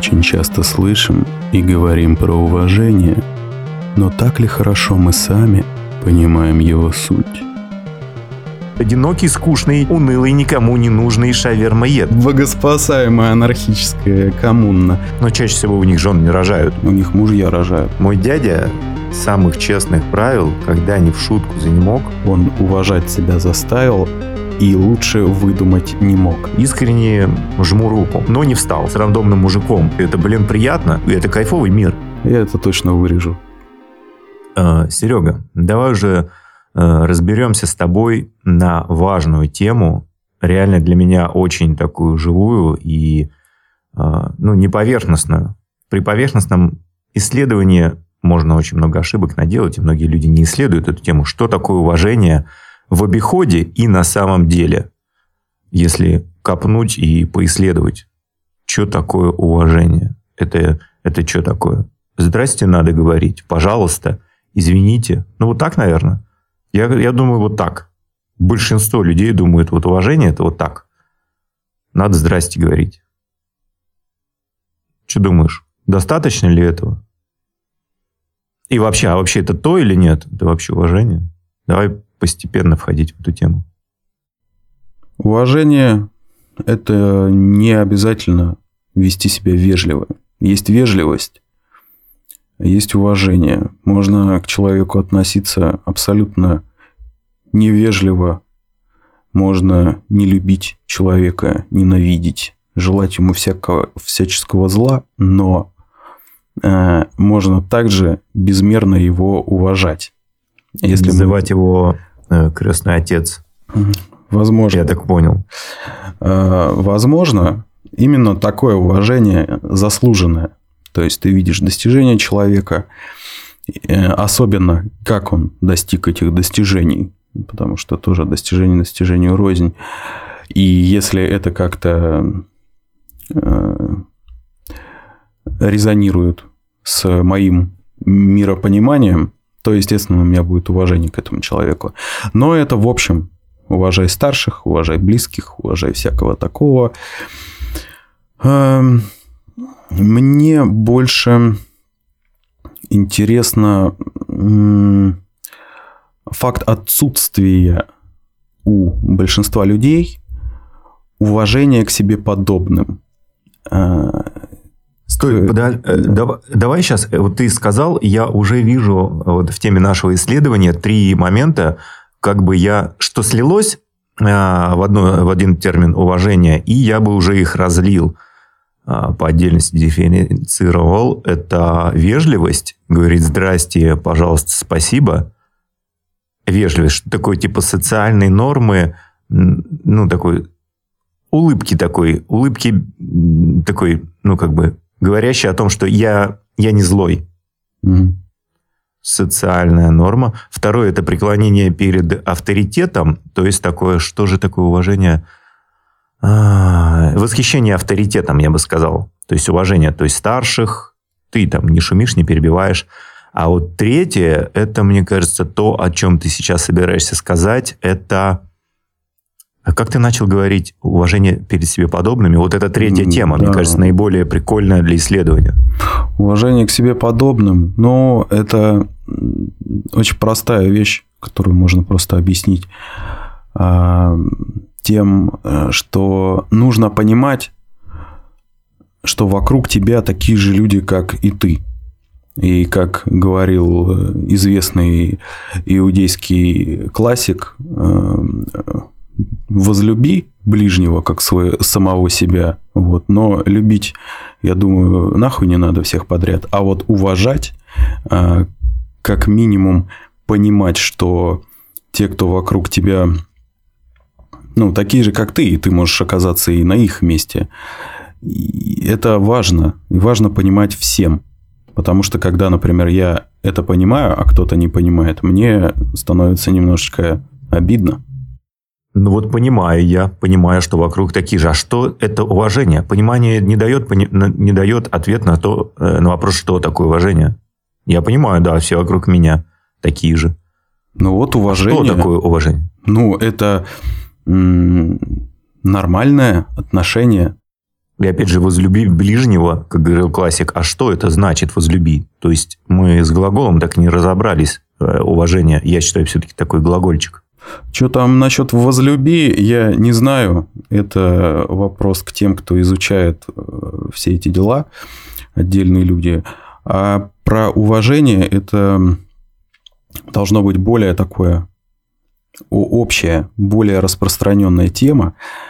очень часто слышим и говорим про уважение, но так ли хорошо мы сами понимаем его суть? Одинокий, скучный, унылый, никому не нужный шавермоед. Богоспасаемая анархическая коммуна. Но чаще всего у них жен не рожают. У них мужья рожают. Мой дядя самых честных правил, когда ни в шутку за не мог. Он уважать себя заставил и лучше выдумать не мог. Искренне жму руку, но не встал с рандомным мужиком. Это, приятно, и это кайфовый мир. Я это точно вырежу. Серега, давай уже разберемся с тобой на важную тему, реально для меня очень такую живую и не поверхностную. При поверхностном исследовании можно очень много ошибок наделать, и многие люди не исследуют эту тему. Что такое уважение в обиходе и на самом деле, если копнуть и поисследовать, что такое уважение? Это что такое? Здрасте, надо говорить. Пожалуйста, извините. Вот так, наверное. Я думаю, вот так. Большинство людей думают, вот уважение – это вот так. Надо здрасте говорить. Что думаешь? Достаточно ли этого? И вообще, это то или нет? Это вообще уважение? Давай постепенно входить в эту тему. Уважение – это не обязательно вести себя вежливо. Есть вежливость, есть уважение. Можно к человеку относиться абсолютно невежливо. Можно не любить человека, ненавидеть, желать ему всяческого зла, но можно также безмерно его уважать. Если называть его крестный отец. Возможно. Я так понял. Возможно, именно такое уважение заслуженное. То есть ты видишь достижения человека, особенно как он достиг этих достижений, потому что тоже достижению рознь. И если это как-то резонирует с моим миропониманием, то, естественно, у меня будет уважение к этому человеку. Но это в общем. Уважай старших, уважай близких, уважай всякого такого. Мне больше интересно факт отсутствия у большинства людей уважения к себе подобным. Стой, давай сейчас, вот ты сказал, я уже вижу вот в теме нашего исследования 3 момента, что слилось в один термин уважения, и я бы уже их разлил, по отдельности дифференцировал. Это вежливость, говорить здрасте, пожалуйста, спасибо. Вежливость, что такое типа социальные нормы, такой улыбки, говорящей о том, что я не злой. Социальная норма. Второе – это преклонение перед авторитетом. То есть, что же такое уважение? Восхищение авторитетом, я бы сказал. То есть, уважение, то есть, старших. Ты там не шумишь, не перебиваешь. А вот третье – это, мне кажется, то, о чем ты сейчас собираешься сказать. Это, как ты начал говорить, уважение перед себе подобными. Вот это третья тема, мне кажется, наиболее прикольная для исследования. Уважение к себе подобным. Это очень простая вещь, которую можно просто объяснить тем, что нужно понимать, что вокруг тебя такие же люди, как и ты. И как говорил известный иудейский классик, возлюби ближнего, как самого себя. Но любить, я думаю, нахуй не надо всех подряд. А вот уважать, как минимум понимать, что те, кто вокруг тебя, такие же, как ты, и ты можешь оказаться и на их месте. И это важно. И важно понимать всем. Потому что, когда, например, я это понимаю, а кто-то не понимает, мне становится немножечко обидно. Понимаю, что вокруг такие же. А что это уважение? Понимание не дает ответ на вопрос, что такое уважение. Я понимаю, да, все вокруг меня такие же. Уважение. Что такое уважение? Это нормальное отношение. И опять же, возлюби ближнего, как говорил классик, а что это значит возлюби? То есть мы с глаголом так и не разобрались. Уважение, я считаю, все-таки такой глагольчик. Что там насчет возлюби, я не знаю. Это вопрос к тем, кто изучает все эти дела, отдельные люди. А про уважение это должно быть более такое общая, более распространенная тема.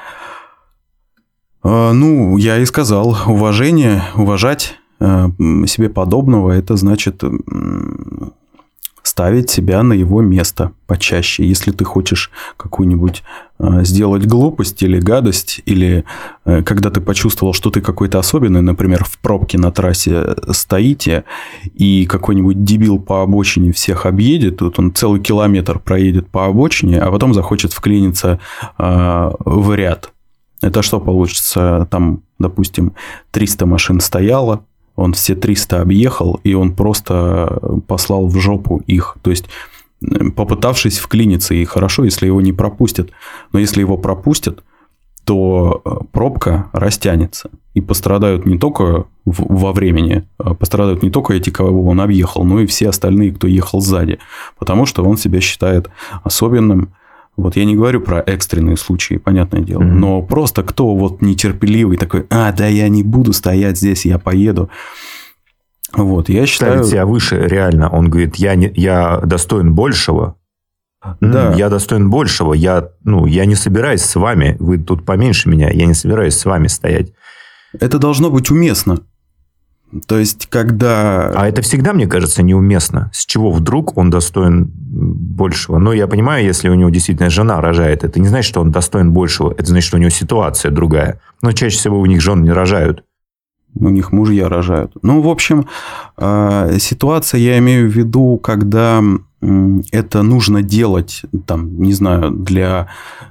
Ну, я и сказал, уважение, уважать себе подобного, это значит ставить себя на его место почаще. Если ты хочешь какую-нибудь сделать глупость или гадость, или когда ты почувствовал, что ты какой-то особенный, например, в пробке на трассе стоите, и какой-нибудь дебил по обочине всех объедет, тут он целый километр проедет по обочине, а потом захочет вклиниться в ряд. Это что получится? Там, допустим, 300 машин стояло, он все 300 объехал, и он просто послал в жопу их. То есть, попытавшись вклиниться, и хорошо, если его не пропустят. Но если его пропустят, то пробка растянется. И пострадают не только во времени, пострадают не только эти, кого он объехал, но и все остальные, кто ехал сзади. Потому что он себя считает особенным. Вот я не говорю про экстренные случаи, понятное дело, но просто кто вот нетерпеливый такой, да я не буду стоять здесь, я поеду. Вот, я считаю... Ставит себя выше, реально. Он говорит, я достоин большего. Да. Я достоин большего. Я не собираюсь с вами. Вы тут поменьше меня. Я не собираюсь с вами стоять. Это должно быть уместно. То есть, когда... А это всегда, мне кажется, неуместно. С чего вдруг он достоин большего? Но я понимаю, если у него действительно жена рожает, это не значит, что он достоин большего. Это значит, что у него ситуация другая. Но чаще всего у них жены не рожают. У них мужья рожают. Ну, в общем, ситуация, я имею в виду, когда это нужно делать, там, не знаю, для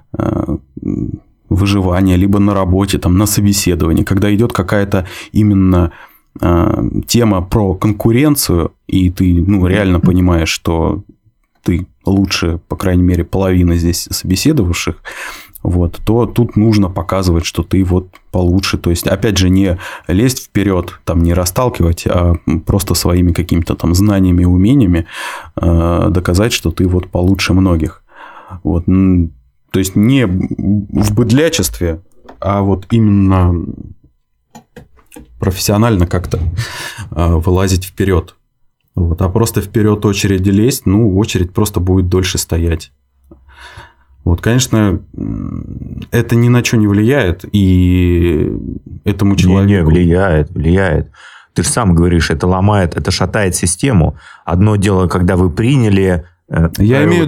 выживания, либо на работе, там, на собеседовании, когда идет какая-то именно тема про конкуренцию, и ты реально понимаешь, что ты лучше, по крайней мере, половины здесь собеседовавших, вот, то тут нужно показывать, что ты вот получше. То есть, опять же, не лезть вперед, там, не расталкивать, а просто своими какими-то там знаниями, умениями доказать, что ты вот получше многих. Вот. То есть, не в быдлячестве, а вот именно профессионально как-то вылазить вперед. Вот. А просто вперед очереди лезть, очередь просто будет дольше стоять. Вот, конечно, это ни на что не влияет, и этому человеку... Не, влияет. Ты же сам говоришь, это ломает, это шатает систему. Одно дело, когда вы приняли... Я имею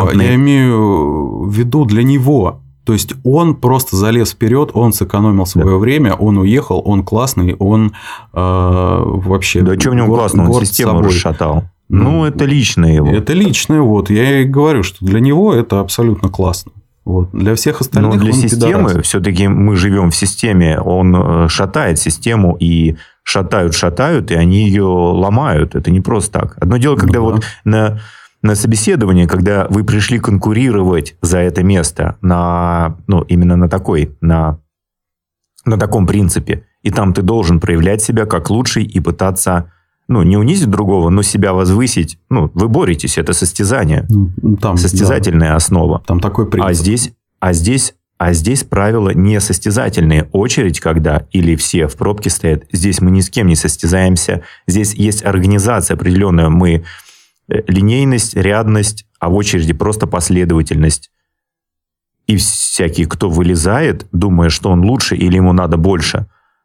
в виду для него. То есть, он просто залез вперед, он сэкономил свое время, он уехал, он классный, он вообще... Да что в нем классно, он систему расшатал. Это личное его. Это личное, вот. Я и говорю, что для него это абсолютно классно. Вот. Для всех остальных но для он системы, пидорас. все-таки мы живем в системе, он шатает систему, и шатают, и они ее ломают. Это не просто так. Одно дело, когда вот на собеседовании, когда вы пришли конкурировать за это место именно на таком принципе, и там ты должен проявлять себя как лучший и пытаться... не унизить другого, но себя возвысить. Вы боретесь, это состязание. Там, состязательная основа. Там такой принцип. А здесь правила не состязательные. Очередь, когда или все в пробке стоят, здесь мы ни с кем не состязаемся. Здесь есть организация определенная. Мы линейность, рядность, а в очереди просто последовательность. И всякий, кто вылезает, думая, что он лучше или ему надо больше...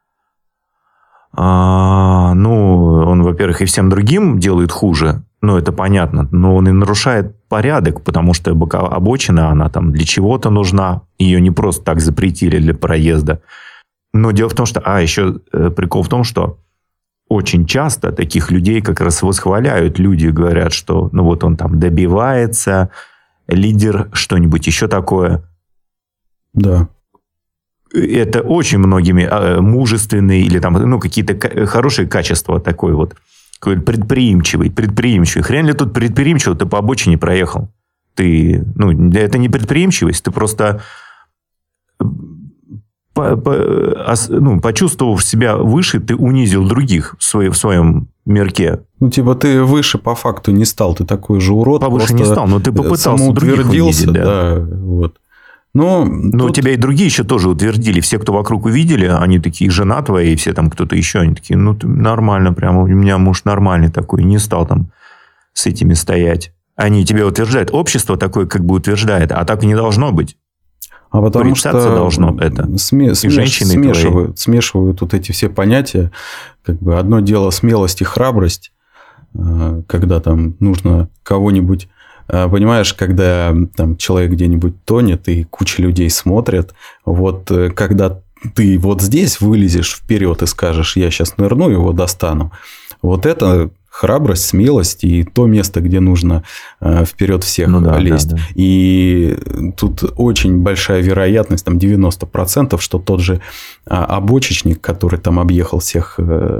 он, во-первых, и всем другим делает хуже, это понятно, но он и нарушает порядок, потому что обочина, она там для чего-то нужна, ее не просто так запретили для проезда. Но дело в том, что... еще прикол в том, что очень часто таких людей как раз восхваляют. Люди говорят, что он там добивается, лидер, что-нибудь еще такое. Да. Это очень многими мужественные или там какие-то хорошие качества такой вот. Какой предприимчивый. Хрен ли тут предприимчивый, ты по обочине проехал. Это не предприимчивость, ты просто почувствовав себя выше, ты унизил других в своем мирке. Ну, типа, ты выше по факту не стал, ты такой же урод. Повыше не стал, но ты попытался других унизить. Да, вот. Но тут... тебя и другие еще тоже утвердили. Все, кто вокруг увидели, они такие, жена твоя, и все там кто-то еще, они такие, ну, нормально прямо, у меня муж нормальный такой, не стал там с этими стоять. Они тебя утверждают. Общество такое как бы утверждает, а так и не должно быть. А потому что должно это. Смешивают вот эти все понятия. Как бы одно дело смелость и храбрость, когда там нужно кого-нибудь... Понимаешь, когда там человек где-нибудь тонет, и куча людей смотрят, вот когда ты вот здесь вылезешь вперед и скажешь, я сейчас нырну, его достану, вот это храбрость, смелость и то место, где нужно вперед всех лезть. Да. И тут очень большая вероятность, там 90%, что тот же обочечник, который там объехал всех,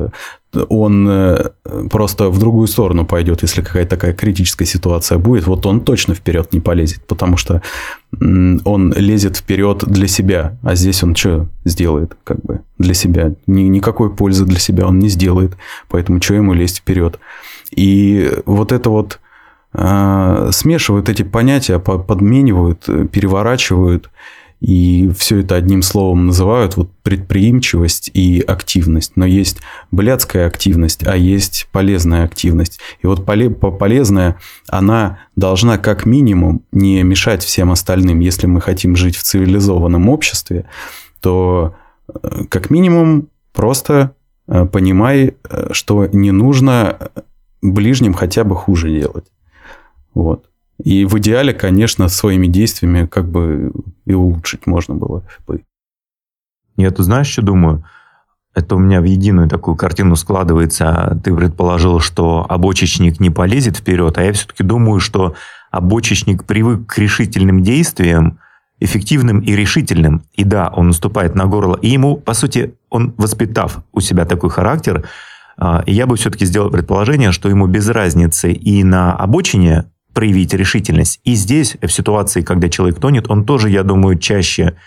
он просто в другую сторону пойдет, если какая-то такая критическая ситуация будет, вот он точно вперед не полезет, потому что он лезет вперед для себя, а здесь он что сделает, как бы для себя? Никакой пользы для себя он не сделает, поэтому что ему лезть вперед? И вот это вот смешивают эти понятия, подменивают, переворачивают, и все это одним словом называют вот предприимчивость и активность. Но есть блядская активность, а есть полезная активность. И вот полезная, она должна как минимум не мешать всем остальным. Если мы хотим жить в цивилизованном обществе, то как минимум просто понимай, что не нужно ближним хотя бы хуже делать. Вот. И в идеале, конечно, своими действиями как бы и улучшить можно было бы. Я тут знаешь, что думаю? Это у меня в единую такую картину складывается. Ты предположил, что обочечник не полезет вперед, а я все-таки думаю, что обочечник привык к решительным действиям, эффективным и решительным. И да, он наступает на горло. И ему, по сути, он, воспитав у себя такой характер, я бы все-таки сделал предположение, что ему без разницы и на обочине проявить решительность. И здесь, в ситуации, когда человек тонет, он тоже, я думаю, чаще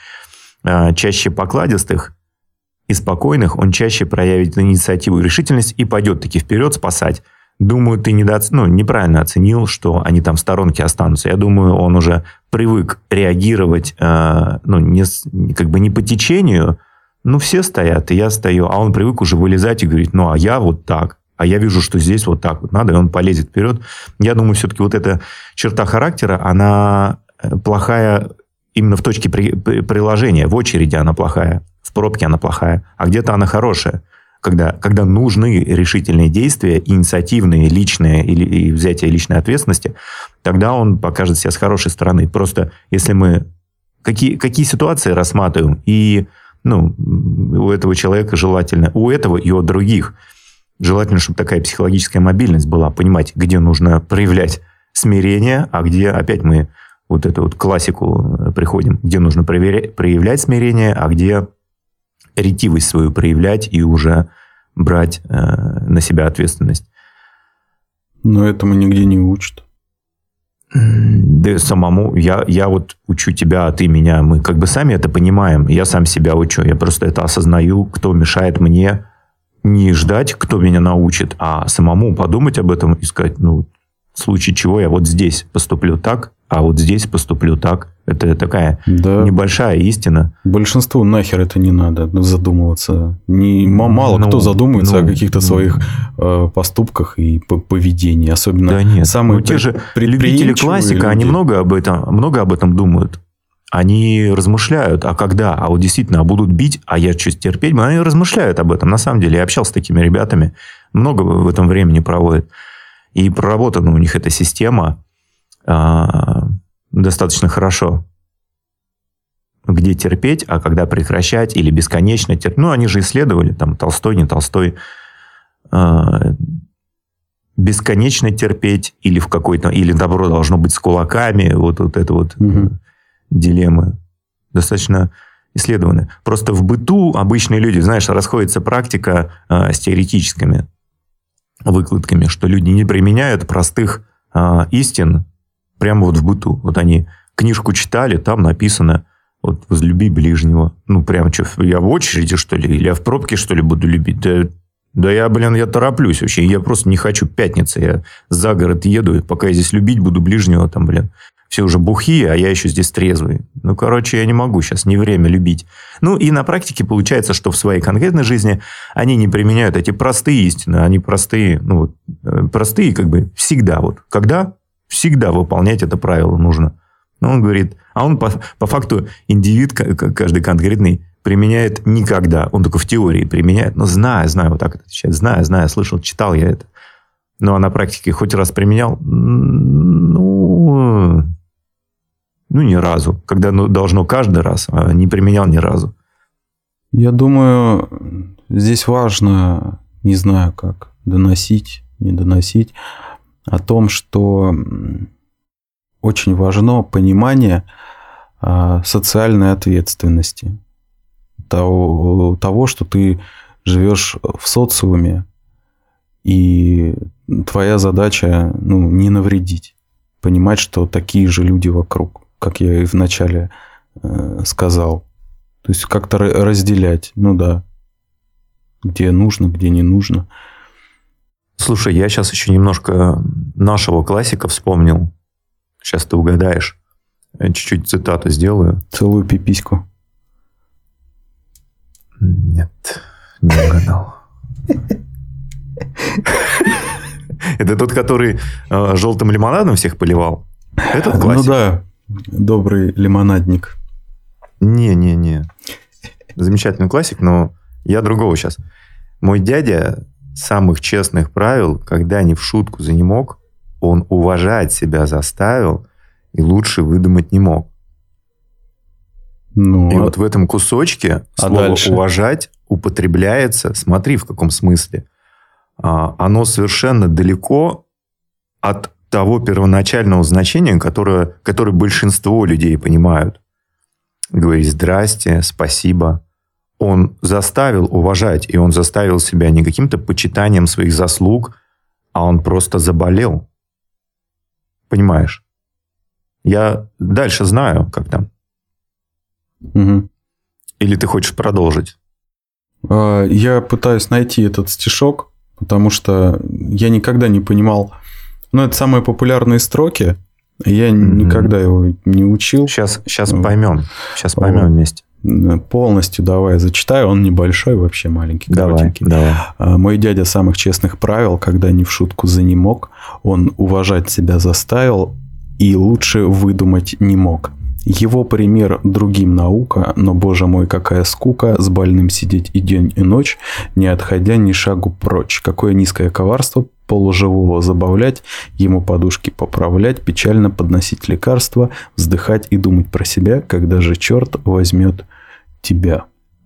покладистых и спокойных, он чаще проявит инициативу и решительность и пойдет таки вперед спасать. Думаю, ты неправильно оценил, что они там в сторонке останутся. Я думаю, он уже привык реагировать не по течению. Все стоят, и я стою. А он привык уже вылезать и говорить, а я вот так. А я вижу, что здесь вот так вот надо, и он полезет вперед. Я думаю, все-таки вот эта черта характера, она плохая именно в точке приложения. В очереди она плохая, в пробке она плохая, а где-то она хорошая. Когда нужны решительные действия, инициативные, личные или взятие личной ответственности, тогда он покажет себя с хорошей стороны. Просто если мы какие ситуации рассматриваем, и у этого человека желательно, у этого и у других, желательно, чтобы такая психологическая мобильность была, понимать, где нужно проявлять смирение, а где опять мы вот эту вот классику приходим, где нужно проявлять смирение, а где ретивость свою проявлять и уже брать на себя ответственность. Но этому нигде не учат. Да самому, я вот учу тебя, а ты меня, мы как бы сами это понимаем, я сам себя учу, я просто это осознаю, кто мешает мне не ждать, кто меня научит, а самому подумать об этом и сказать, в случае чего я вот здесь поступлю так, а вот здесь поступлю так. Это такая небольшая истина. Большинству нахер это не надо задумываться. Мало кто задумывается о каких-то своих поступках и поведении. Особенно самые те же любители классика, они много об этом думают. Они размышляют, а когда? А вот действительно, будут бить, а я что, терпеть? Они размышляют об этом. На самом деле, я общался с такими ребятами. Много в этом времени проводят. И проработана у них эта система достаточно хорошо. Где терпеть, а когда прекращать или бесконечно терпеть. Они же исследовали, там, Толстой, не Толстой. Бесконечно терпеть или в какой-то... Или добро должно быть с кулаками. Вот это вот дилеммы. Достаточно исследованы. Просто в быту обычные люди, знаешь, расходится практика с теоретическими выкладками, что люди не применяют простых истин прямо вот в быту. Вот они книжку читали, там написано, Вот возлюби ближнего. Ну, прям что, я в очереди, что ли? Или я в пробке, что ли, буду любить? Да я тороплюсь вообще. Я просто не хочу пятницы. Я за город еду, пока я здесь любить буду ближнего, там, все уже бухие, а я еще здесь трезвый. Ну, короче, я не могу сейчас, не время любить. Ну, и на практике получается, что в своей конкретной жизни они не применяют эти простые истины. Они простые, простые как бы всегда. Вот когда всегда выполнять это правило нужно. Но он говорит, а он по факту индивид каждый конкретный применяет никогда. Он только в теории применяет. Но знаю, вот так это отвечает. Знаю, слышал, читал я это. Ну, а на практике хоть раз применял? Ну, ни разу. Когда должно каждый раз, а не применял ни разу. Я думаю, здесь важно, не знаю как, доносить, не доносить, о том, что очень важно понимание социальной ответственности. Того, что ты живешь в социуме, и твоя задача не навредить. Понимать, что такие же люди вокруг, как я и вначале сказал. То есть как-то разделять. Ну да. Где нужно, где не нужно. Слушай, я сейчас еще немножко нашего классика вспомнил. Сейчас ты угадаешь. Я чуть-чуть цитату сделаю. Целую пипиську. Нет, не угадал. Это тот, который желтым лимонадом всех поливал? Этот классик? Ну да, добрый лимонадник. Не. Замечательный классик, но я другого сейчас. Мой дядя самых честных правил, когда не в шутку занемог, он уважать себя заставил и лучше выдумать не мог. И вот в этом кусочке слово «уважать» употребляется, смотри, в каком смысле. Оно совершенно далеко от того первоначального значения, которое большинство людей понимают. Говорить «здрасте», «спасибо». Он заставил уважать, и он заставил себя не каким-то почитанием своих заслуг, а он просто заболел. Понимаешь? Я дальше знаю, как там. Угу. Или ты хочешь продолжить? Я пытаюсь найти этот стишок, потому что я никогда не понимал. Это самые популярные строки. Я никогда его не учил. Сейчас поймем. Сейчас поймем вместе. Полностью давай зачитаю. Он небольшой, вообще маленький, коротенький. Давай. Мой дядя самых честных правил, когда не в шутку занемог, он уважать себя заставил и лучше выдумать не мог. Его пример другим наука, но, боже мой, какая скука, с больным сидеть и день, и ночь, не отходя ни шагу прочь. Какое низкое коварство полуживого забавлять, ему подушки поправлять, печально подносить лекарства, вздыхать и думать про себя, когда же черт возьмет тебя.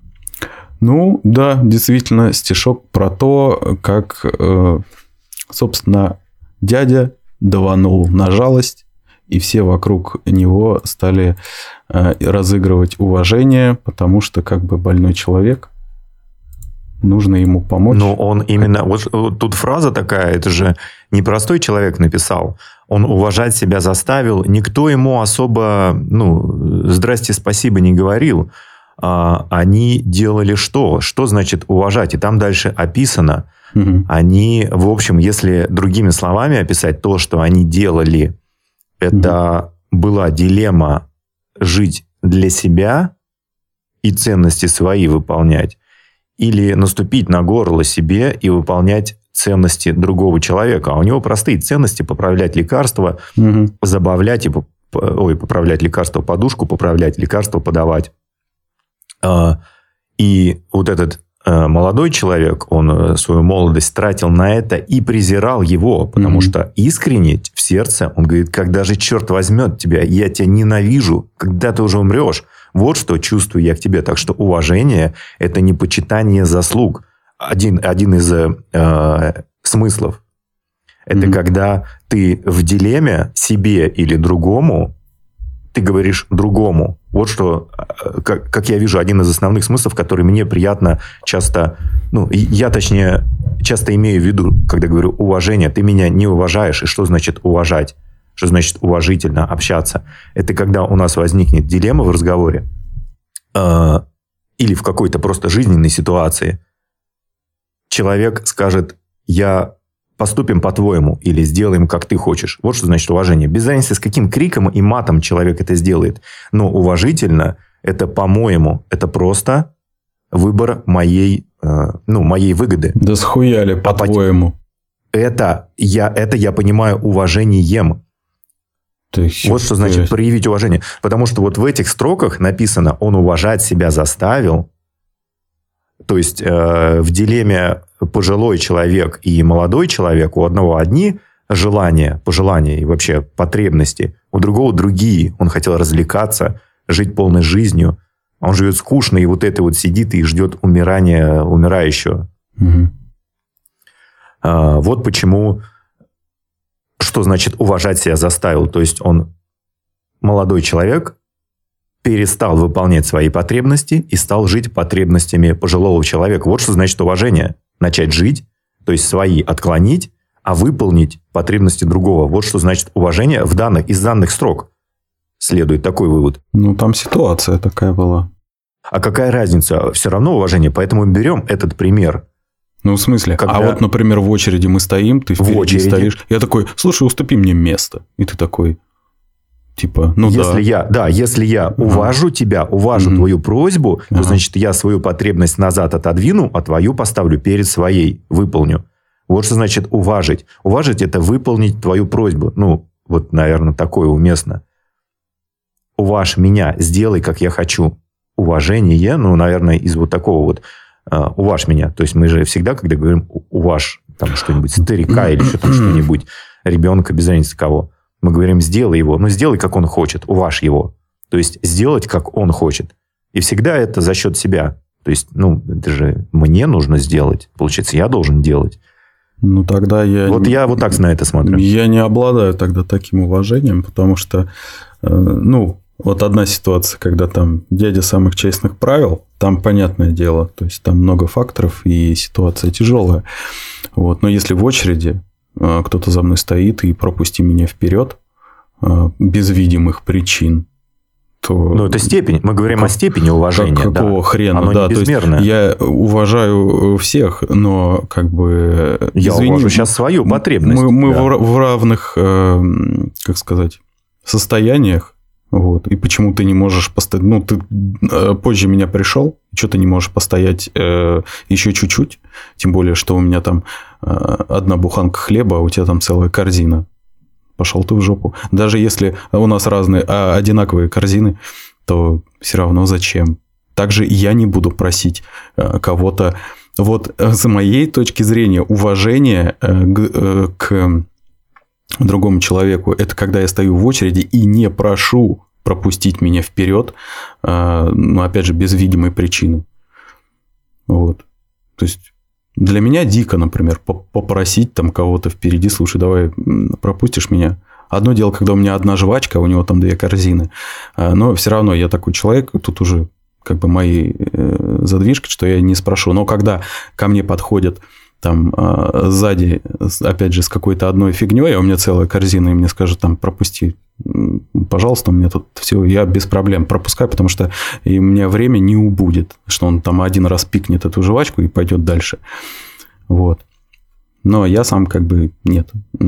Ну, да, действительно, стишок про то, как, собственно, дядя даванул на жалость, и все вокруг него стали разыгрывать уважение, потому что как бы больной человек, нужно ему помочь. Но он именно... Вот тут фраза такая, это же не простой человек написал. Он уважать себя заставил. Никто ему особо, здрасте, спасибо не говорил. Они делали что? Что значит уважать? И там дальше описано. Угу. Они, в общем, если другими словами описать то, что они делали, это была дилемма жить для себя и ценности свои выполнять, или наступить на горло себе и выполнять ценности другого человека. А у него простые ценности: поправлять лекарства, забавлять, поправлять лекарства, подушку поправлять, лекарства подавать. И вот этот молодой человек, он свою молодость тратил на это и презирал его, потому что искренне в сердце он говорит: когда же черт возьмет тебя, я тебя ненавижу, когда ты уже умрешь. Вот что чувствую я к тебе. Так что уважение – это не почитание заслуг. Один из смыслов. Это когда ты в дилемме себе или другому, ты говоришь другому. Вот что, как я вижу, один из основных смыслов, который мне приятно часто... я, точнее, часто имею в виду, когда говорю уважение. Ты меня не уважаешь. И что значит уважать? Что значит уважительно общаться? Это когда у нас возникнет дилемма в разговоре. или в какой-то просто жизненной ситуации человек скажет: я поступим по-твоему или сделаем, как ты хочешь. Вот что значит уважение. Без разницы, с каким криком и матом человек это сделает. Но уважительно это, по-моему, это просто выбор моей выгоды. Да схуяли, по-твоему. Это я понимаю уважением. Вот что значит проявить уважение. Потому что вот в этих строках написано: он уважать себя заставил. То есть в дилемме пожилой человек и молодой человек, у одного одни пожелания и вообще потребности, у другого другие. Он хотел развлекаться, жить полной жизнью. Он живет скучно, и вот это вот сидит и ждет умирания умирающего. Угу. Вот почему, что значит уважать себя заставил. То есть он, молодой человек, перестал выполнять свои потребности и стал жить потребностями пожилого человека. Вот что значит уважение. Начать жить, то есть свои отклонить, а выполнить потребности другого. Вот что значит уважение из данных строк. Следует такой вывод. Ну, там ситуация такая была. А какая разница? Все равно уважение. Поэтому берем этот пример. Ну, в смысле? А вот, например, в очереди мы стоим, ты впереди стоишь. Я такой: слушай, уступи мне место. И ты такой... Типа, если я уважу тебя, твою просьбу, то значит, я свою потребность назад отодвину, а твою поставлю перед своей, выполню. Вот что значит уважить. Уважить – это выполнить твою просьбу. Ну, вот, наверное, такое уместно. Уважь меня, сделай, как я хочу. Уважение, наверное, из вот такого вот уважь меня. То есть мы же всегда, когда говорим уважь, там что-нибудь, старика или что-нибудь, ребенка, без разницы кого, мы говорим: сделай его. Сделай, как он хочет. Уважь его. То есть сделать, как он хочет. И всегда это за счет себя. То есть, это же мне нужно сделать. Получается, я должен делать. Ну, тогда я... Вот я вот так на это смотрю. Я не обладаю тогда таким уважением, потому что, вот одна ситуация, когда там дядя самых честных правил, там понятное дело, то есть там много факторов и ситуация тяжелая. Вот. Но если в очереди кто-то за мной стоит и пропусти меня вперед без видимых причин, то... это степень. Мы говорим о степени уважения. Какого хрена? Оно не безмерное. То есть я уважаю всех, но Я уважу сейчас свою потребность. Мы в равных, состояниях. Вот. И почему ты не можешь постоять... ты позже меня пришел, что ты не можешь постоять еще чуть-чуть? Тем более, что у меня там одна буханка хлеба, а у тебя там целая корзина. Пошел ты в жопу. Даже если у нас одинаковые корзины, то все равно зачем? Также я не буду просить кого-то... Вот с моей точки зрения уважение к другому человеку — это когда я стою в очереди и не прошу пропустить меня вперед, опять же, без видимой причины. Вот. То есть для меня дико, например, попросить там кого-то впереди: слушай, давай пропустишь меня. Одно дело, когда у меня одна жвачка, а у него там 2 корзины. Но все равно я такой человек, тут уже мои задвижки, что я не спрошу. Но когда ко мне подходят там сзади, опять же, с какой-то одной фигней, а у меня целая корзина, и мне скажут: там, пропусти, пожалуйста, у меня тут все, я без проблем пропускаю, потому что и у меня время не убудет, что он там один раз пикнет эту жвачку и пойдет дальше. Вот. Но я сам нет,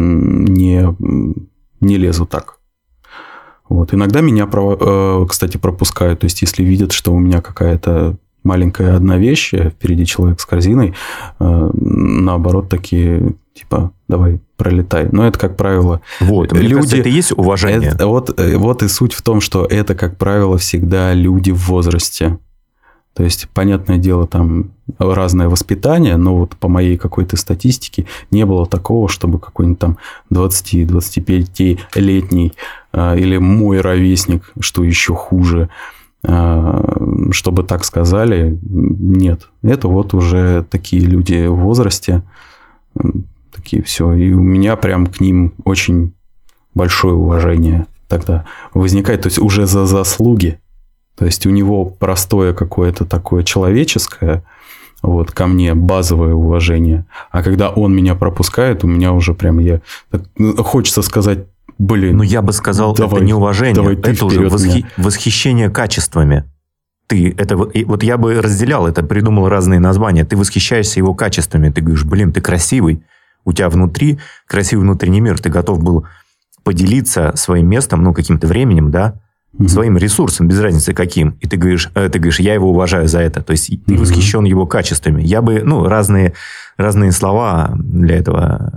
не лезу так. Вот. Иногда меня, кстати, пропускают, то есть если видят, что у меня какая-то маленькая одна вещь, впереди человек с корзиной, наоборот, такие, типа, давай, пролетай. Но это, как правило... Вот, мне кажется, это и есть уважение. Вот и суть в том, что это, как правило, всегда люди в возрасте. То есть, понятное дело, там разное воспитание, но вот по моей какой-то статистике не было такого, чтобы какой-нибудь там 20-25-летний или мой ровесник, что еще хуже, чтобы так сказали, нет. Это вот уже такие люди в возрасте, такие все. И у меня прям к ним очень большое уважение тогда возникает. То есть уже за заслуги. То есть у него простое какое-то такое человеческое, вот, ко мне базовое уважение. А когда он меня пропускает, у меня уже прям хочется сказать: блин. Я бы сказал, давай, это не уважение, это уже восхищение качествами. Вот я бы разделял это, придумал разные названия. Ты восхищаешься его качествами, ты говоришь, блин, ты красивый, у тебя внутри красивый внутренний мир, ты готов был поделиться своим местом, ну, каким-то временем, да, своим ресурсом, без разницы каким. И ты говоришь, я его уважаю за это. То есть ты восхищен его качествами. Я бы, разные слова для этого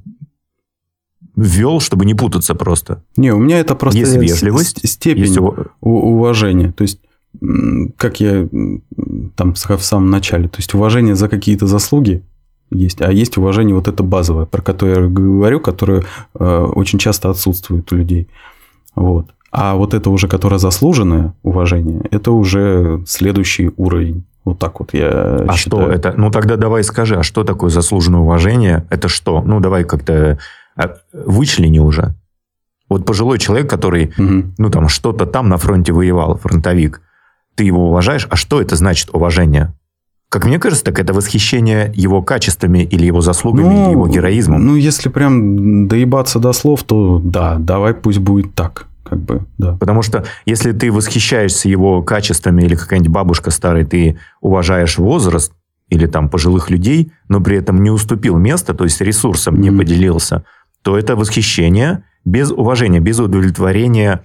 ввел, чтобы не путаться просто. Не, у меня это просто есть вежливость, степень есть уважения. То есть, как я там в самом начале, то есть уважение за какие-то заслуги есть, а есть уважение вот это базовое, про которое я говорю, которое очень часто отсутствует у людей. Вот. А вот это уже, которое заслуженное уважение, это уже следующий уровень. Вот так вот я считаю. Что это? Ну, тогда давай скажи, а что такое заслуженное уважение? Это что? Ну, давай как-то вычлени уже. Вот пожилой человек, который, там что-то там на фронте воевал, фронтовик, ты его уважаешь, а что это значит уважение? Как мне кажется, так это восхищение его качествами или его заслугами, или его героизмом. Ну, если прям доебаться до слов, то да, давай пусть будет так. Как бы, да. Потому что если ты восхищаешься его качествами, или какая-нибудь бабушка старая, ты уважаешь возраст или там пожилых людей, но при этом не уступил место, то есть ресурсом не поделился, то это восхищение без уважения, без удовлетворения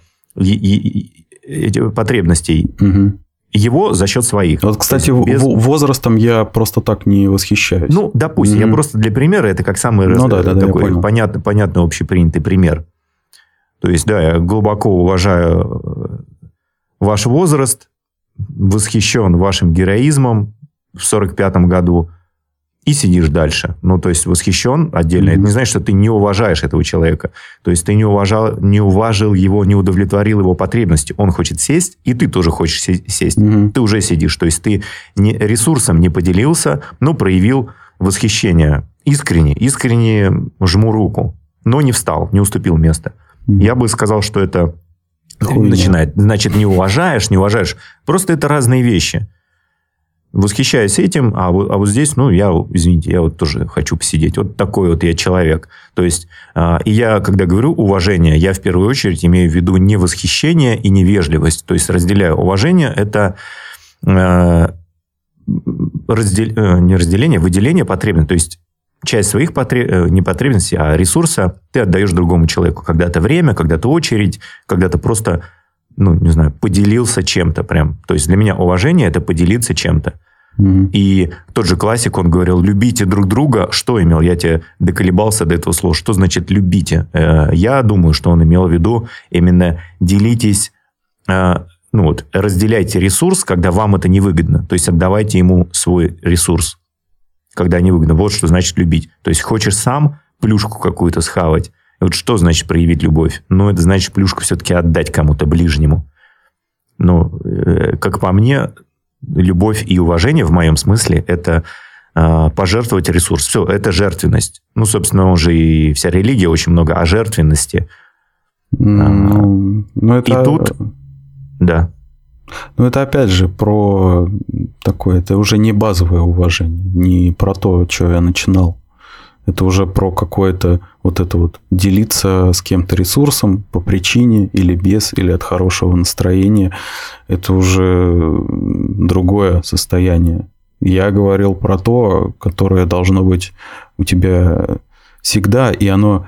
потребностей. Его за счет своих. Вот, кстати, возрастом я просто так не восхищаюсь. Ну, допустим, я просто для примера, это как самый такой понятный общепринятый пример. То есть, да, я глубоко уважаю ваш возраст, восхищен вашим героизмом в 45-м году и сидишь дальше. Ну, то есть, восхищен отдельно. Это не значит, что ты не уважаешь этого человека. То есть, ты не уважил его, не удовлетворил его потребности. Он хочет сесть, и ты тоже хочешь сесть. Ты уже сидишь. То есть, ты ресурсом не поделился, но проявил восхищение. Искренне жму руку. Но не встал, не уступил место. Я бы сказал, что это начинает. Значит, не уважаешь. Просто это разные вещи. Восхищаюсь этим, а вот здесь, я вот тоже хочу посидеть. Вот такой вот я человек. То есть, и я, когда говорю уважение, я в первую очередь имею в виду не восхищение и не вежливость. То есть, разделяю уважение, это выделение потребностей. То есть, часть своих не потребностей, а ресурса ты отдаешь другому человеку. Когда-то время, когда-то очередь, когда-то просто, поделился чем-то прям. То есть, для меня уважение – это поделиться чем-то. И тот же классик, он говорил, любите друг друга. Что имел? Я тебе доколебался до этого слова. Что значит любите? Я думаю, что он имел в виду именно делитесь, разделяйте ресурс, когда вам это невыгодно. То есть, отдавайте ему свой ресурс, когда невыгодно. Вот что значит любить. То есть, хочешь сам плюшку какую-то схавать. Вот что значит проявить любовь? Это значит плюшку все-таки отдать кому-то ближнему. Как по мне, любовь и уважение в моем смысле – это пожертвовать ресурс. Все, это жертвенность. Собственно, уже и вся религия очень много о жертвенности. И тут, да. Это опять же про такое, это уже не базовое уважение, не про то, что я начинал. Это уже про какое-то делиться с кем-то ресурсом по причине или без, или от хорошего настроения. Это уже другое состояние. Я говорил про то, которое должно быть у тебя всегда, и оно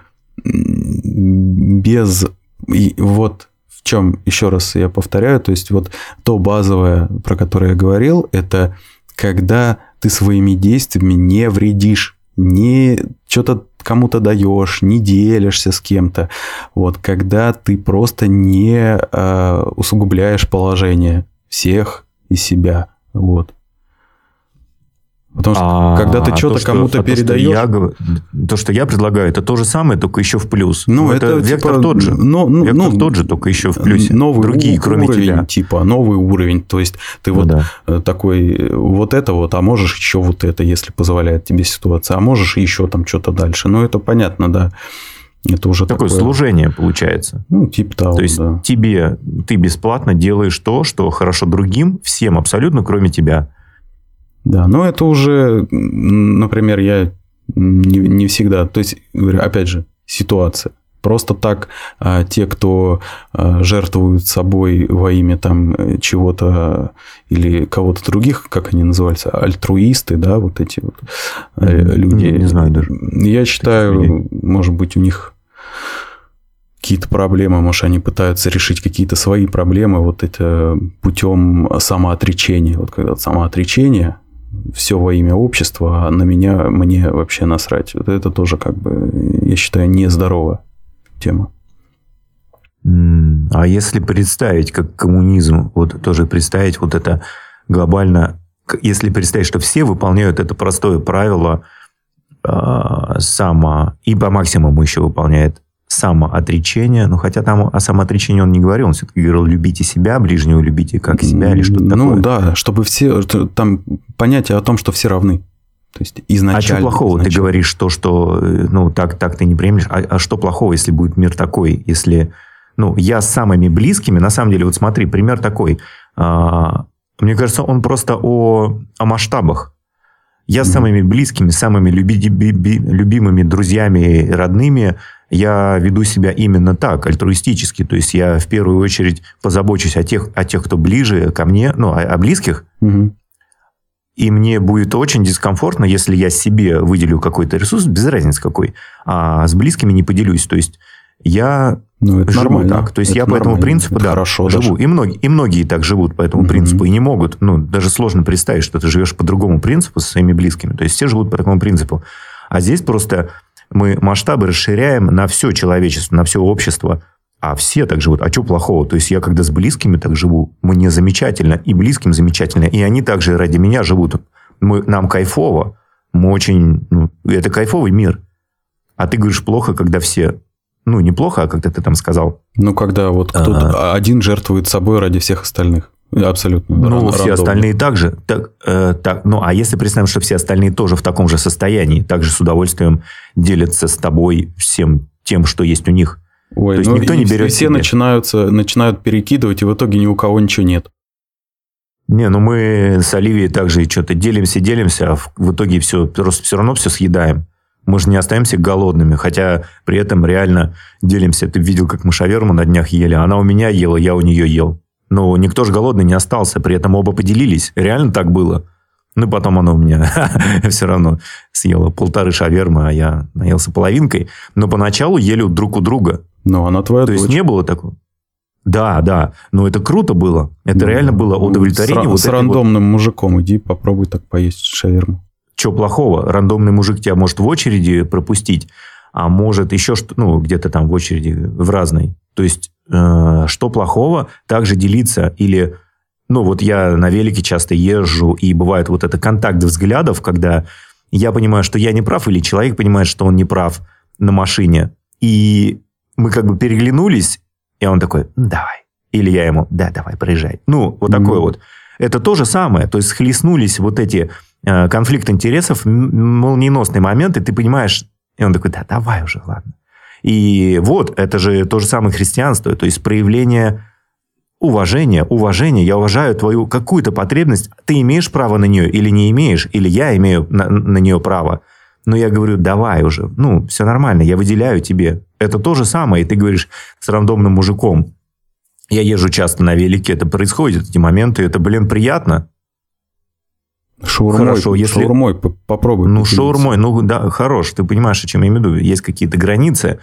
без... И вот в чем, еще раз я повторяю, то есть вот то базовое, про которое я говорил, это когда ты своими действиями не вредишь, не что-то кому-то даешь, не делишься с кем-то. Вот, когда ты просто не усугубляешь положение всех и себя. Вот. Потому что, когда ты что-то кому-то передаешь... То, что я предлагаю, это то же самое, только еще в плюс. Это вектор тот же. Вектор тот же, только еще в плюсе. Другие, кроме тебя. Новый уровень. То есть, ты такой, вот это вот, а можешь еще вот это, если позволяет тебе ситуация. А можешь еще там что-то дальше. Это понятно, да. Это уже такое служение получается. Типа того, то есть, да. Ты бесплатно делаешь то, что хорошо другим, всем абсолютно, кроме тебя. Да, но это уже, например, я не всегда... То есть, говорю, опять же, ситуация. Просто так те, кто жертвуют собой во имя там чего-то или кого-то других, как они называются, альтруисты, да, вот эти вот люди. Не знаю даже. Я считаю, может быть, у них какие-то проблемы, может, они пытаются решить какие-то свои проблемы вот это путем самоотречения. Вот когда самоотречение, все во имя общества, а на мне вообще насрать. Вот это тоже, как бы, я считаю, нездоровая тема. А если представить, как коммунизм, вот тоже представить вот это глобально, если представить, что все выполняют это простое правило и по максимуму еще выполняет самоотречение, ну, хотя там о самоотречении он не говорил, он все-таки говорил, любите себя, ближнего любите как себя или что-то такое. Ну, да, чтобы все, там понятие о том, что все равны. То есть изначально. А что плохого? Ты говоришь что ну, так ты не приемлешь. А что плохого, если будет мир такой? Если, ну, я с самыми близкими, на самом деле, вот смотри, пример такой. Мне кажется, он просто о масштабах. Я с самыми близкими, самыми любимыми друзьями, родными, я веду себя именно так, альтруистически. То есть, я в первую очередь позабочусь о тех, кто ближе ко мне, ну, о близких. И мне будет очень дискомфортно, если я себе выделю какой-то ресурс, без разницы какой, а с близкими не поделюсь. То есть, я живу нормально. Так. То есть, я по этому принципу живу. И многие так живут по этому принципу и не могут. Ну, даже сложно представить, что ты живешь по другому принципу со своими близкими. То есть, все живут по такому принципу. А здесь просто мы масштабы расширяем на все человечество, на все общество. А все так живут. А что плохого? То есть, я когда с близкими так живу, мне замечательно, и близким замечательно, и они также ради меня живут. Нам кайфово. Мы очень... Ну, это кайфовый мир. А ты говоришь плохо, когда все... Ну, неплохо, а когда ты там сказал. Ну, когда вот кто-то один жертвует собой ради всех остальных. Абсолютно. Ну, все остальные также. Ну, а если представим, что все остальные тоже в таком же состоянии, также с удовольствием делятся с тобой всем тем, что есть у них. Ой, то есть, никто не берет все начинают перекидывать, и в итоге ни у кого ничего нет. Не, ну мы с Оливией также что-то делимся, а в итоге все равно все съедаем. Мы же не остаемся голодными, хотя при этом реально делимся. Ты видел, как мы шаверму на днях ели, она у меня ела, я у нее ел. Но никто же голодный не остался, при этом оба поделились. Реально так было. Ну, потом она у меня все равно съела 1,5 шавермы, а я наелся половинкой. Но поначалу ели друг у друга. Но она твоя дочь. То есть, не было такого. Да. Но это круто было. Это реально было удовлетворение. С рандомным мужиком иди попробуй так поесть шаверму. Что плохого? Рандомный мужик тебя может в очереди пропустить, а может еще где-то там в очереди в разной. То есть, что плохого? Также делиться или... Ну, вот я на велике часто езжу, и бывает вот это контакт взглядов, когда я понимаю, что я не прав, или человек понимает, что он не прав на машине. И мы как бы переглянулись, и он такой, давай. Или я ему, да, давай, проезжай. Ну, вот такое вот. Это то же самое. То есть, схлестнулись вот эти конфликты интересов, молниеносный момент, и ты понимаешь... И он такой, да, давай уже, ладно. И вот, это же то же самое христианство. То есть, проявление уважения. Я уважаю твою какую-то потребность. Ты имеешь право на нее или не имеешь, или я имею на нее право. Но я говорю, давай уже. Ну, все нормально, я выделяю тебе. Это то же самое. И ты говоришь с рандомным мужиком. Я езжу часто на велике, это происходит, эти моменты. Это, приятно. Шаурмой попробуй. Ну, шаурмой, да, хорош. Ты понимаешь, о чем я имею в виду. Есть какие-то границы.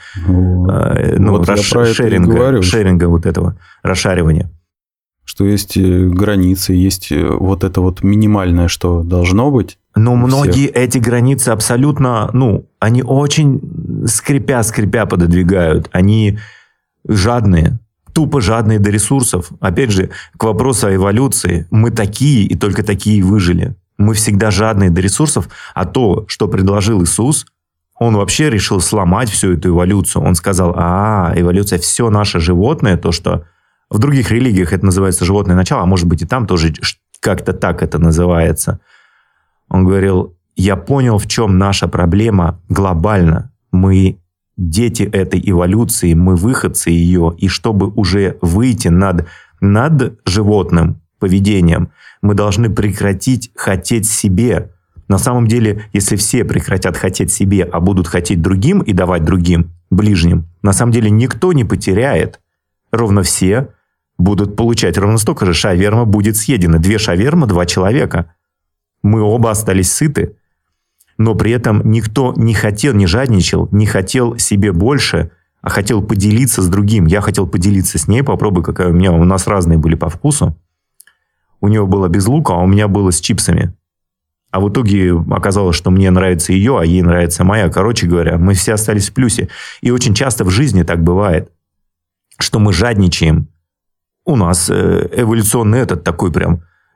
Шеринга вот этого, расшаривания. Что есть границы, есть вот это вот минимальное, что должно быть. Но многие эти границы абсолютно, они очень скрипя пододвигают. Они жадные. Тупо жадные до ресурсов. Опять же, к вопросу о эволюции. Мы такие и только такие выжили. Мы всегда жадные до ресурсов. А то, что предложил Иисус, он вообще решил сломать всю эту эволюцию. Он сказал, эволюция, все наше животное, то, что в других религиях это называется животное начало, а может быть и там тоже как-то так это называется. Он говорил, я понял, в чем наша проблема глобально. Мы дети этой эволюции, мы выходцы ее, и чтобы уже выйти над животным поведением, мы должны прекратить хотеть себе. На самом деле, если все прекратят хотеть себе, а будут хотеть другим и давать другим, ближним, на самом деле никто не потеряет. Ровно все будут получать ровно столько же. Шаверма будет съедена. 2 шавермы, 2 человека. Мы оба остались сыты. Но при этом никто не хотел, не жадничал, не хотел себе больше, а хотел поделиться с другим. Я хотел поделиться с ней. Попробуй, какая у меня. У нас разные были по вкусу. У нее было без лука, а у меня было с чипсами. А в итоге оказалось, что мне нравится ее, а ей нравится моя. Короче говоря, мы все остались в плюсе. И очень часто в жизни так бывает, что мы жадничаем. У нас эволюционный этот такой прям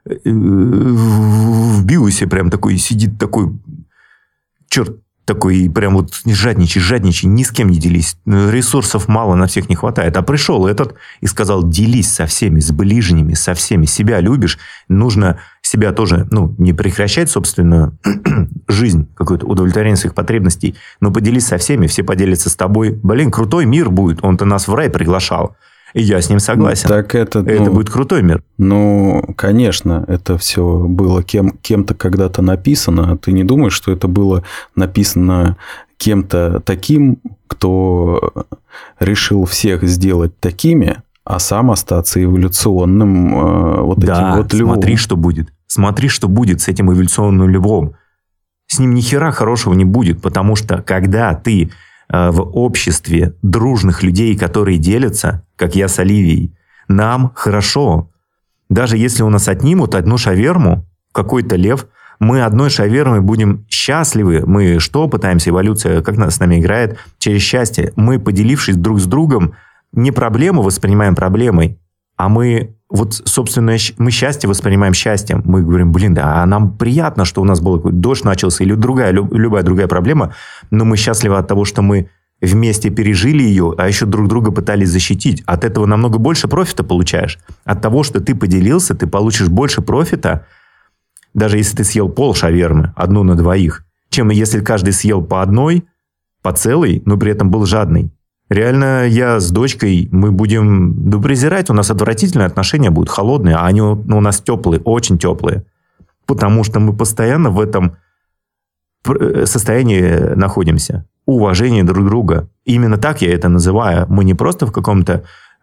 в биосе прям такой сидит такой черт такой прям вот жадничай, ни с кем не делись. Ресурсов мало, на всех не хватает. А пришел этот и сказал, делись со всеми, с ближними, со всеми. Себя любишь, нужно себя тоже, не прекращать собственную жизнь, какое-то удовлетворение своих потребностей, но поделись со всеми, все поделятся с тобой. Блин, крутой мир будет, он-то нас в рай приглашал. И я с ним согласен. Так это будет крутой мир. Конечно, это все было кем-то когда-то написано. А ты не думаешь, что это было написано кем-то таким, кто решил всех сделать такими, а сам остаться эволюционным этим вот львом? Смотри, что будет с этим эволюционным львом. С ним ни хера хорошего не будет, потому что когда ты в обществе дружных людей, которые делятся, как я с Оливией, нам хорошо. Даже если у нас отнимут одну шаверму, какой-то лев, мы одной шавермой будем счастливы. Мы что пытаемся, эволюция, как с нами играет, через счастье. Мы, поделившись друг с другом, не проблему воспринимаем проблемой, а мы мы счастье воспринимаем счастьем. Мы говорим, а нам приятно, что у нас был дождь начался или любая другая проблема, но мы счастливы от того, что мы вместе пережили ее, а еще друг друга пытались защитить. От этого намного больше профита получаешь. От того, что ты поделился, ты получишь больше профита, даже если ты съел пол шавермы, 1 на 2, чем если каждый съел по одной, по целой, но при этом был жадный. Реально, я с дочкой, мы будем презирать, у нас отвратительные отношения будут, холодные, а они у нас теплые, очень теплые. Потому что мы постоянно в этом состоянии находимся. Уважение друг друга. Именно так я это называю. Мы не просто в каком-то,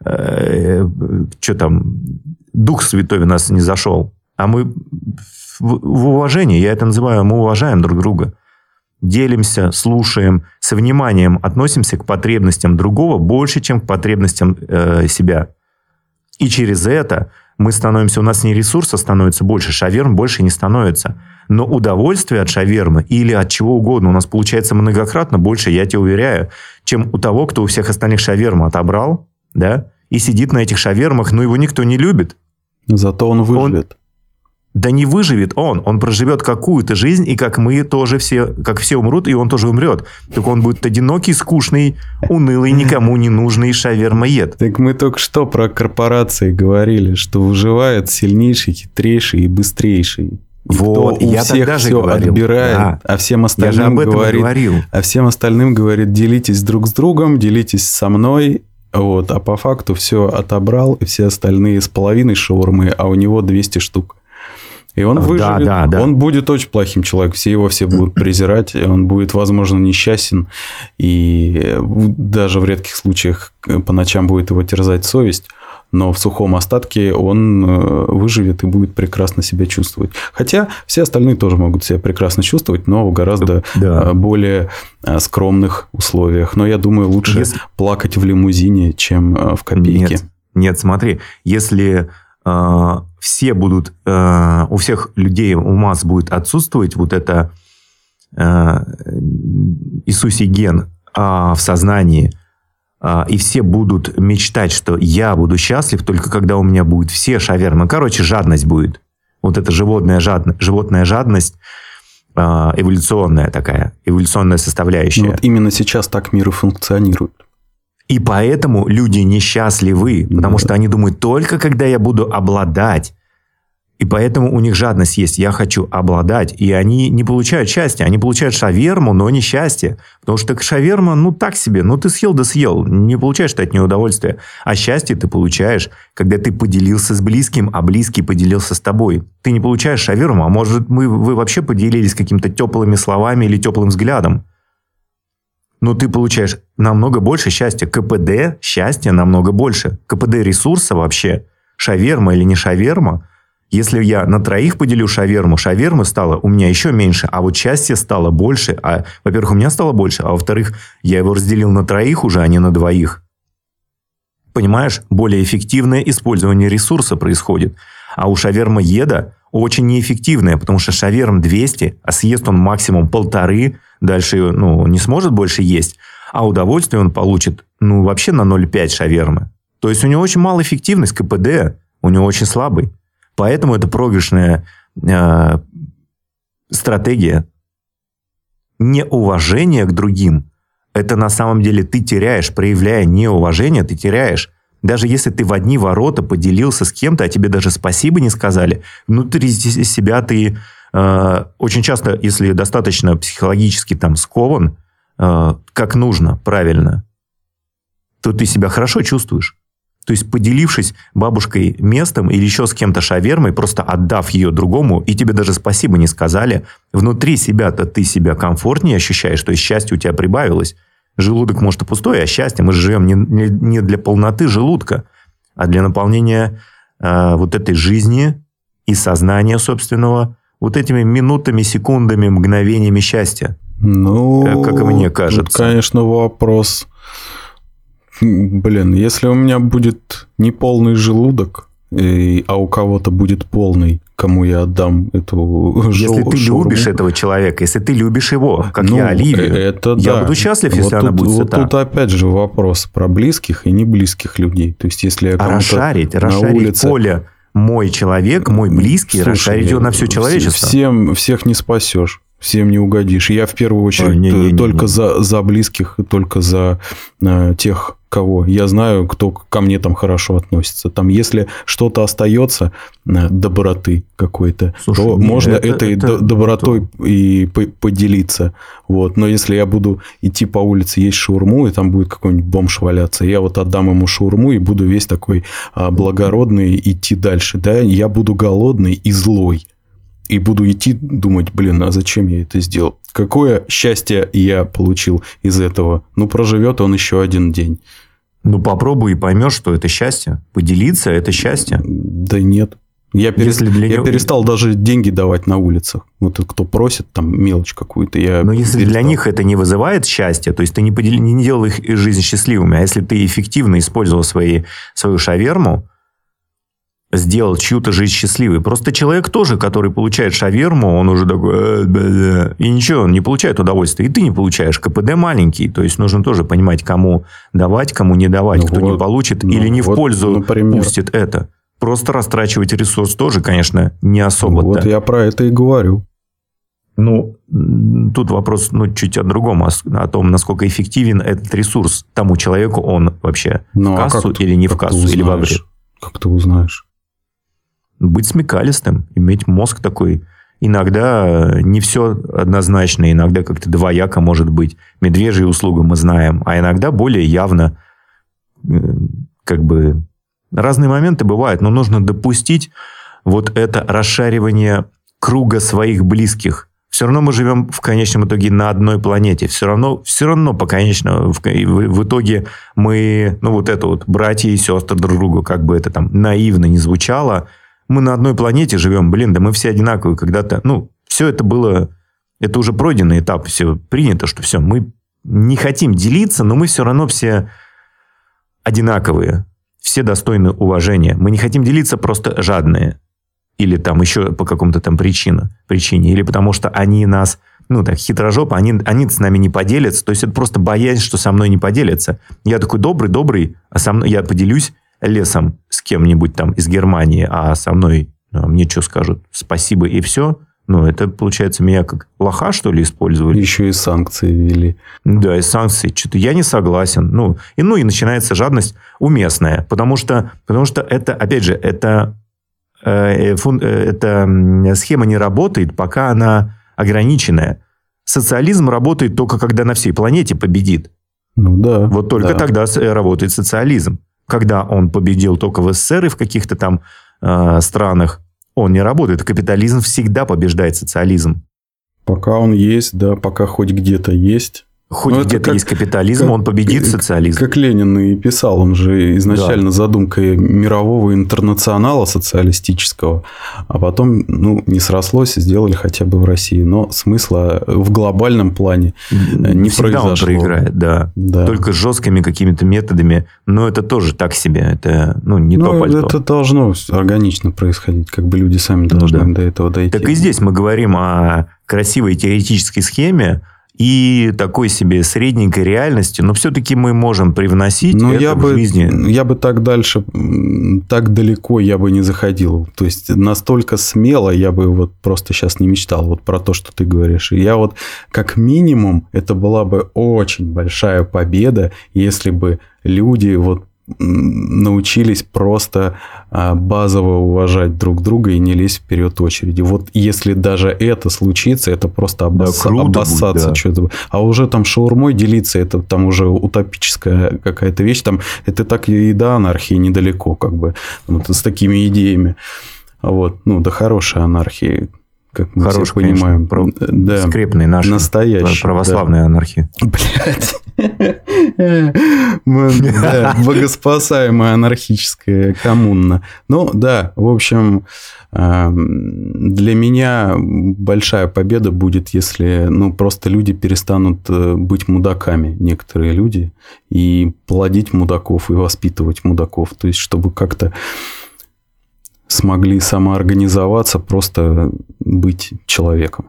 Дух Святой в нас не зашел, а мы в уважении, я это называю, мы уважаем друг друга. Делимся, слушаем, со вниманием относимся к потребностям другого больше, чем к потребностям себя. И через это мы становимся, у нас не ресурса становится больше, шаверм больше не становится. Но удовольствие от шавермы или от чего угодно у нас получается многократно больше, я тебе уверяю, чем у того, кто у всех остальных шаверму отобрал, да, и сидит на этих шавермах, но его никто не любит. Зато он выживет. Да не выживет он проживет какую-то жизнь, и как мы тоже все, как все умрут, и он тоже умрет. Только он будет одинокий, скучный, унылый, никому не нужный шавермоед. Так мы только что про корпорации говорили, что выживает сильнейший, хитрейший и быстрейший. Вот, кто у всех все отбирает, а всем остальным говорит, делитесь друг с другом, делитесь со мной. А по факту все отобрал, и все остальные с половиной шаурмы, а у него 200 штук. И он выживет. Да. Он будет очень плохим человеком. Все будут презирать. Он будет, возможно, несчастен. И даже в редких случаях по ночам будет его терзать совесть. Но в сухом остатке он выживет и будет прекрасно себя чувствовать. Хотя все остальные тоже могут себя прекрасно чувствовать, но в гораздо более скромных условиях. Но я думаю, лучше плакать в лимузине, чем в копейке. Нет, смотри. Если все будут, у всех людей, у масс будет отсутствовать вот это Иисусий ген в сознании, и все будут мечтать, что я буду счастлив только когда у меня будет все шавермы. Короче, жадность будет. Вот эта животная жадность, эволюционная такая, эволюционная составляющая. Вот именно сейчас так мир и функционирует. И поэтому люди несчастливы, потому что они думают, только когда я буду обладать. И поэтому у них жадность есть. Я хочу обладать. И они не получают счастья. Они получают шаверму, но не счастье. Потому что шаверма, ну, так себе. Ну, ты съел да съел. Не получаешь ты от нее удовольствия. А счастье ты получаешь, когда ты поделился с близким, а близкий поделился с тобой. Ты не получаешь шаверму, а может, вы вообще поделились какими-то теплыми словами или теплым взглядом. Но ты получаешь намного больше счастья. КПД счастья намного больше. КПД ресурса вообще. Шаверма или не шаверма. Если я на 3 поделю шавермы стало у меня еще меньше, а вот счастья стало больше. Во-первых, у меня стало больше, а во-вторых, я его разделил на 3 уже, а не на 2. Понимаешь, более эффективное использование ресурса происходит. А у шаверма-еда очень неэффективное, потому что шаверм 200, а съест он максимум 1,5, дальше не сможет больше есть, а удовольствие он получит вообще на 0,5 шавермы. То есть у него очень малая эффективность, КПД у него очень слабый. Поэтому это проигрышная стратегия. Неуважение к другим. Это на самом деле ты теряешь, проявляя неуважение, ты теряешь. Даже если ты в одни ворота поделился с кем-то, а тебе даже спасибо не сказали, внутри себя ты очень часто, если достаточно психологически скован, как нужно, правильно, то ты себя хорошо чувствуешь. То есть, поделившись бабушкой местом или еще с кем-то шавермой, просто отдав ее другому, и тебе даже спасибо не сказали, внутри себя-то ты себя комфортнее ощущаешь, то есть счастье у тебя прибавилось. Желудок, может, и пустой, а счастье мы живем не для полноты желудка, а для наполнения вот этой жизни и сознания собственного вот этими минутами, секундами, мгновениями счастья. Как мне кажется. Тут, конечно, вопрос... если у меня будет неполный желудок, а у кого-то будет полный, кому я отдам эту Если ты любишь этого человека, если ты любишь его, как я Оливию, я буду счастлив, если она будет сыта. Вот тут опять же вопрос про близких и не близких людей. То есть, если я расшарить поле мой человек, мой близкий, расшарить его на все человечество. Всех не спасешь. Всем не угодишь. Я в первую очередь только за близких, только за тех, кого я знаю, кто ко мне там хорошо относится. Там, если что-то остается доброты какой-то, то можно этой добротой и поделиться. Вот. Но если я буду идти по улице, есть шаурму, и там будет какой-нибудь бомж валяться, я вот отдам ему шаурму и буду весь такой благородный идти дальше. Да? Я буду голодный и злой. И буду идти думать, а зачем я это сделал? Какое счастье я получил из этого? Проживет он еще один день. Попробуй и поймешь, что это счастье. Поделиться – это счастье. Да нет. Я перестал даже деньги давать на улицах. Вот кто просит там мелочь какую-то, Но если для них это не вызывает счастья, то есть ты не делал их жизнь счастливыми, а если ты эффективно использовал свою шаверму, сделал чью-то жизнь счастливой. Просто человек тоже, который получает шаверму, он уже такой... И ничего, он не получает удовольствия. И ты не получаешь. КПД маленький. То есть, нужно тоже понимать, кому давать, кому не давать. Кто не получит или не в пользу пустит это. Просто растрачивать ресурс тоже, конечно, не особо-то. Вот я про это и говорю. Тут вопрос чуть о другом. О том, насколько эффективен этот ресурс. Тому человеку он вообще в кассу или не в кассу, или во вред. Как ты узнаешь? Быть смекалистым, иметь мозг такой. Иногда не все однозначно, иногда как-то двояко может быть. Медвежья услуга мы знаем, а иногда более явно. Разные моменты бывают, но нужно допустить вот это расшаривание круга своих близких. Все равно мы живем в конечном итоге на одной планете. Все равно в итоге мы, братья и сестры друг другу, как бы это наивно не звучало, мы на одной планете живем, да мы все одинаковые когда-то. Все это было, это уже пройденный этап, все принято, что все, мы не хотим делиться, но мы все равно все одинаковые, все достойны уважения. Мы не хотим делиться, просто жадные. Или еще по какому-то причине. Или потому что они нас, хитрожопы, они с нами не поделятся. То есть, это просто боязнь, что со мной не поделятся. Я такой добрый, а со мной я поделюсь лесом с кем-нибудь из Германии, а со мной мне что скажут? Спасибо и все. Это, получается, меня как лоха, что ли, использовали. Еще и санкции ввели. Да, и санкции. Что-то я не согласен. И начинается жадность уместная. Потому что это, опять же, это эта схема не работает, пока она ограниченная. Социализм работает только когда на всей планете победит. Ну да. Вот только тогда работает социализм. Когда он победил только в СССР и в каких-то там странах, он не работает. Капитализм всегда побеждает социализм. Пока он есть, да, пока хоть где-то есть. Хоть где-то есть капитализм, он победит социализм. Как Ленин и писал, он же изначально задумкой мирового интернационала социалистического, а потом, не срослось, сделали хотя бы в России. Но смысла в глобальном плане не всегда произошло. Он проиграет, да. Только с жесткими какими-то методами. Но это тоже так себе. Это не то пальто. Это должно органично происходить, как бы люди сами должны до этого дойти. Так и здесь мы говорим о красивой теоретической схеме, и такой себе средненькой реальности, но все-таки мы можем привносить это в жизни. Я бы так дальше, так далеко я бы не заходил. То есть, настолько смело я бы вот просто сейчас не мечтал вот про то, что ты говоришь. И я вот как минимум, это была бы очень большая победа, если бы люди вот научились просто базово уважать друг друга и не лезть вперед очереди. Вот если даже это случится, это просто обоссаться. Да. Что-то. А уже там шаурмой делиться, это там уже утопическая какая-то вещь. Там, это так и до анархии недалеко, как бы, вот, с такими идеями. Вот. До хорошей анархии, как мы все понимаем. Скрепной нашей настоящей православной анархии. Блядь. Богоспасаемая анархическая коммуна. В общем, для меня большая победа будет, если просто люди перестанут быть мудаками, некоторые люди, и плодить мудаков, и воспитывать мудаков. То есть, чтобы как-то смогли самоорганизоваться, просто быть человеком.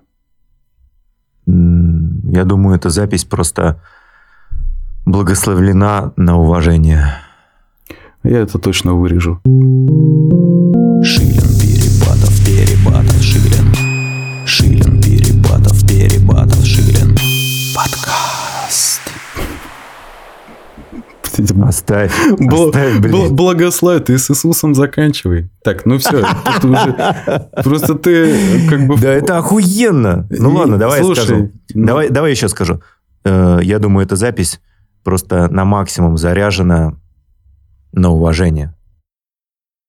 Я думаю, эта запись просто благословлена на уважение. Я это точно вырежу. Шилин, перебатов, Шилин. Шилин, перебатов, Шилин. Подкаст. Оставь, Благослови, ты с Иисусом заканчивай. Так, все. Просто ты как бы... Да это охуенно. Ладно, давай я скажу. Давай еще скажу. Я думаю, эта запись просто на максимум заряжена на уважение.